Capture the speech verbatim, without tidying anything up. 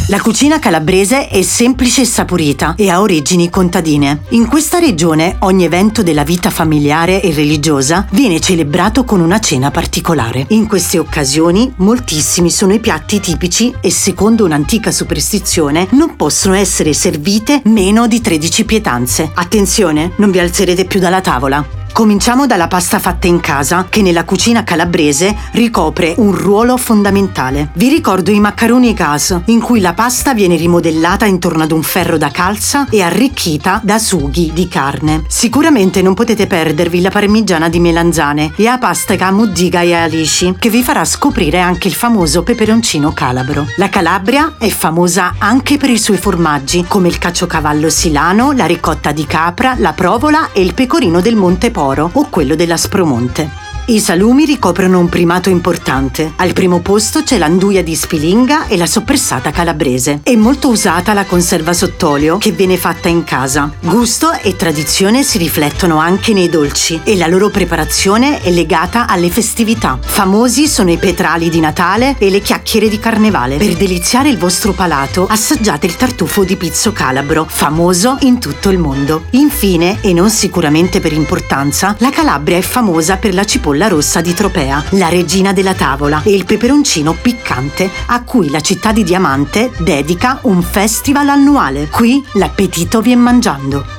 La cucina calabrese è semplice e saporita e ha origini contadine. In questa regione ogni evento della vita familiare e religiosa viene celebrato con una cena particolare. In queste occasioni moltissimi sono i piatti tipici e secondo un'antica superstizione non possono essere servite meno di tredici pietanze. Attenzione, non vi alzerete più dalla tavola. Cominciamo dalla pasta fatta in casa, che nella cucina calabrese ricopre un ruolo fondamentale. Vi ricordo i maccheroni gas, in cui la pasta viene rimodellata intorno ad un ferro da calza e arricchita da sughi di carne. Sicuramente non potete perdervi la parmigiana di melanzane e la pasta camuddiga e alici, che vi farà scoprire anche il famoso peperoncino calabro. La Calabria è famosa anche per i suoi formaggi, come il caciocavallo silano, la ricotta di capra, la provola e il pecorino del Monte Poro o quello dell'Aspromonte. I salumi ricoprono un primato importante. Al primo posto c'è l'anduia di Spilinga e la soppressata calabrese. È molto usata la conserva sott'olio che viene fatta in casa. Gusto e tradizione si riflettono anche nei dolci e la loro preparazione è legata alle festività. Famosi sono i petrali di Natale e le chiacchiere di Carnevale. Per deliziare il vostro palato assaggiate il tartufo di pizzo calabro, famoso in tutto il mondo. Infine, e non sicuramente per importanza, la Calabria è famosa per la cipolla rossa di Tropea, la regina della tavola, e il peperoncino piccante a cui la città di Diamante dedica un festival annuale. Qui l'appetito vien mangiando.